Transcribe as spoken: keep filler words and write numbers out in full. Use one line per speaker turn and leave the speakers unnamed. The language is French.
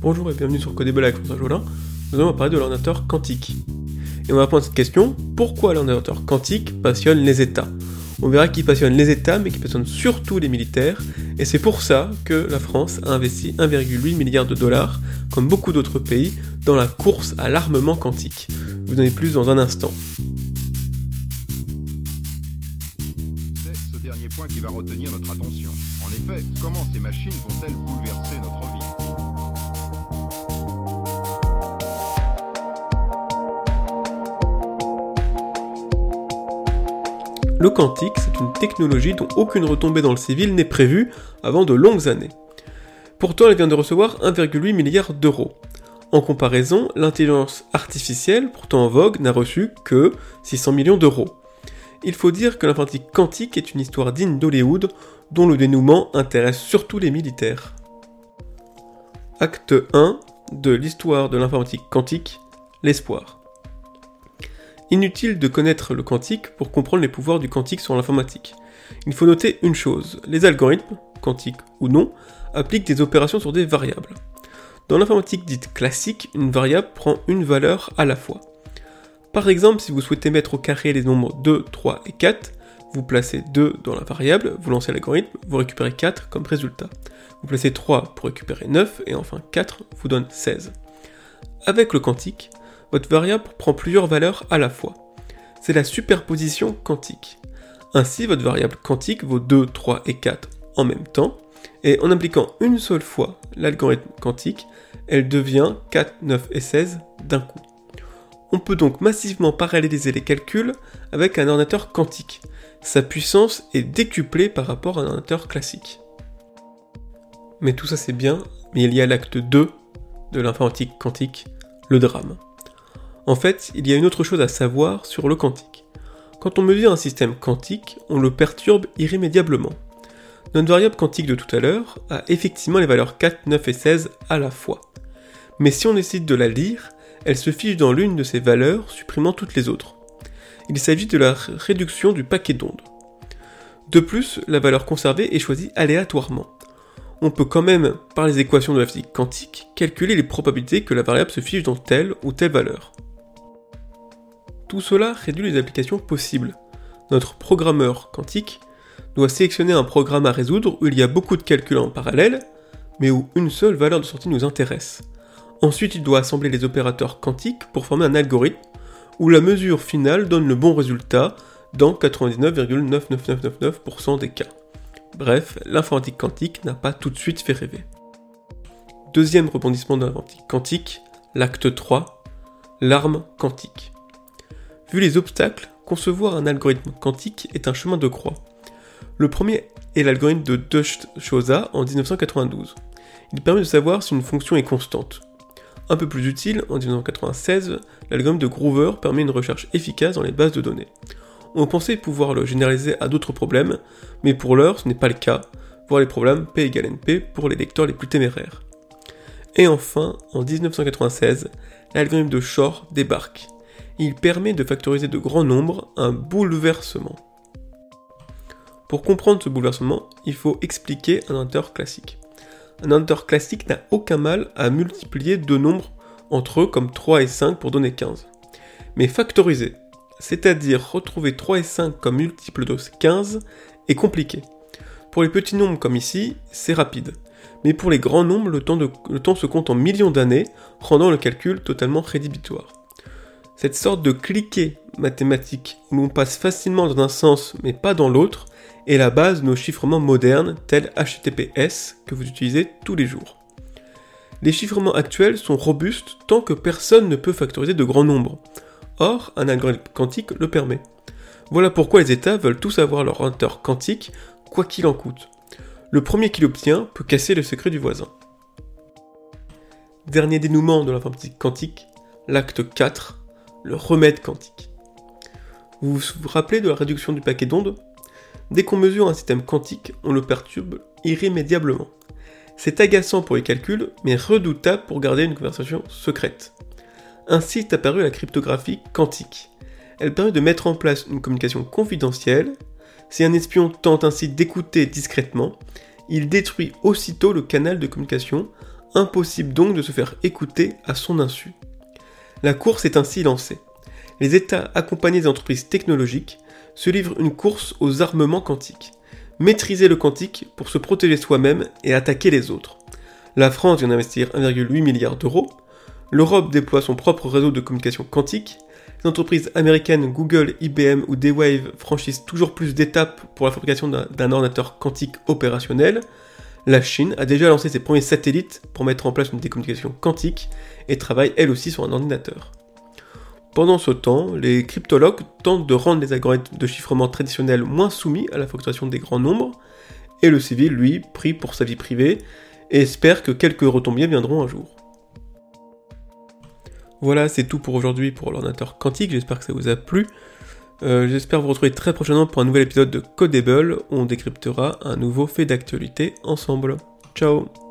Bonjour et bienvenue sur Codable avec François Jolin. Nous allons parler de l'ordinateur quantique. Et on va prendre cette question, pourquoi l'ordinateur quantique passionne les États ? On verra qu'il passionne les États, mais qu'il passionne surtout les militaires, et c'est pour ça que la France a investi un virgule huit milliard de dollars, comme beaucoup d'autres pays, dans la course à l'armement quantique. Je vous en ai plus dans un instant.
C'est ce dernier point qui va retenir notre attention. En effet, comment ces machines vont-elles bouleverser notre vie ?
Le quantique, c'est une technologie dont aucune retombée dans le civil n'est prévue avant de longues années. Pourtant, elle vient de recevoir un virgule huit milliard d'euros. En comparaison, l'intelligence artificielle, pourtant en vogue, n'a reçu que six cents millions d'euros. Il faut dire que l'informatique quantique est une histoire digne d'Hollywood, dont le dénouement intéresse surtout les militaires. Acte un de l'histoire de l'informatique quantique, l'espoir. Inutile de connaître le quantique pour comprendre les pouvoirs du quantique sur l'informatique. Il faut noter une chose, les algorithmes, quantiques ou non, appliquent des opérations sur des variables. Dans l'informatique dite classique, une variable prend une valeur à la fois. Par exemple, si vous souhaitez mettre au carré les nombres deux, trois et quatre, vous placez deux dans la variable, vous lancez l'algorithme, vous récupérez quatre comme résultat. Vous placez trois pour récupérer neuf, et enfin quatre vous donne seize. Avec le quantique, votre variable prend plusieurs valeurs à la fois. C'est la superposition quantique. Ainsi, votre variable quantique vaut deux, trois et quatre en même temps, et en appliquant une seule fois l'algorithme quantique, elle devient quatre, neuf et seize d'un coup. On peut donc massivement paralléliser les calculs avec un ordinateur quantique. Sa puissance est décuplée par rapport à un ordinateur classique. Mais tout ça c'est bien, mais il y a l'acte deux de l'informatique quantique, le drame. En fait, il y a une autre chose à savoir sur le quantique. Quand on mesure un système quantique, on le perturbe irrémédiablement. Notre variable quantique de tout à l'heure a effectivement les valeurs quatre, neuf et seize à la fois. Mais si on décide de la lire, elle se fiche dans l'une de ces valeurs, supprimant toutes les autres. Il s'agit de la réduction du paquet d'ondes. De plus, la valeur conservée est choisie aléatoirement. On peut quand même, par les équations de la physique quantique, calculer les probabilités que la variable se fiche dans telle ou telle valeur. Tout cela réduit les applications possibles. Notre programmeur quantique doit sélectionner un programme à résoudre où il y a beaucoup de calculs en parallèle, mais où une seule valeur de sortie nous intéresse. Ensuite, il doit assembler les opérateurs quantiques pour former un algorithme où la mesure finale donne le bon résultat dans quatre-vingt-dix-neuf virgule neuf neuf neuf neuf neuf pour cent des cas. Bref, l'informatique quantique n'a pas tout de suite fait rêver. Deuxième rebondissement de l'informatique quantique, l'acte trois, l'arme quantique. Vu les obstacles, concevoir un algorithme quantique est un chemin de croix. Le premier est l'algorithme de De-Shooza en dix-neuf cent quatre-vingt-douze. Il permet de savoir si une fonction est constante. Un peu plus utile, en dix-neuf cent quatre-vingt-seize, l'algorithme de Groover permet une recherche efficace dans les bases de données. On pensait pouvoir le généraliser à d'autres problèmes, mais pour l'heure ce n'est pas le cas, voir les problèmes P égale N P pour les lecteurs les plus téméraires. Et enfin, en dix-neuf cent quatre-vingt-seize, l'algorithme de Shor débarque. Il permet de factoriser de grands nombres, un bouleversement. Pour comprendre ce bouleversement, il faut expliquer un ordinateur classique. Un ordinateur classique n'a aucun mal à multiplier deux nombres entre eux comme trois et cinq pour donner quinze. Mais factoriser, c'est-à-dire retrouver trois et cinq comme multiples de quinze, est compliqué. Pour les petits nombres comme ici, c'est rapide. Mais pour les grands nombres, le temps, de, le temps se compte en millions d'années, rendant le calcul totalement rédhibitoire. Cette sorte de cliquet mathématique, où l'on passe facilement dans un sens mais pas dans l'autre, est la base de nos chiffrements modernes, tels H T T P S, que vous utilisez tous les jours. Les chiffrements actuels sont robustes tant que personne ne peut factoriser de grands nombres. Or, un algorithme quantique le permet. Voilà pourquoi les États veulent tous avoir leur ordinateur quantique, quoi qu'il en coûte. Le premier qui l'obtient peut casser le secret du voisin. Dernier dénouement de l'informatique quantique, l'acte quatre, le remède quantique. Vous vous rappelez de la réduction du paquet d'ondes ? Dès qu'on mesure un système quantique, on le perturbe irrémédiablement. C'est agaçant pour les calculs, mais redoutable pour garder une conversation secrète. Ainsi est apparue la cryptographie quantique. Elle permet de mettre en place une communication confidentielle. Si un espion tente ainsi d'écouter discrètement, il détruit aussitôt le canal de communication, impossible donc de se faire écouter à son insu. La course est ainsi lancée. Les États accompagnés des entreprises technologiques se livrent une course aux armements quantiques. Maîtriser le quantique pour se protéger soi-même et attaquer les autres. La France vient d'investir un virgule huit milliard d'euros, l'Europe déploie son propre réseau de communication quantique, les entreprises américaines Google, I B M ou D-Wave franchissent toujours plus d'étapes pour la fabrication d'un, d'un ordinateur quantique opérationnel, la Chine a déjà lancé ses premiers satellites pour mettre en place une décommunication quantique et travaille elle aussi sur un ordinateur. Pendant ce temps, les cryptologues tentent de rendre les algorithmes de chiffrement traditionnels moins soumis à la fluctuation des grands nombres, et le civil, lui, prie pour sa vie privée, et espère que quelques retombées viendront un jour. Voilà, c'est tout pour aujourd'hui pour l'ordinateur quantique, j'espère que ça vous a plu. Euh, j'espère vous retrouver très prochainement pour un nouvel épisode de Codable, où on décryptera un nouveau fait d'actualité ensemble. Ciao!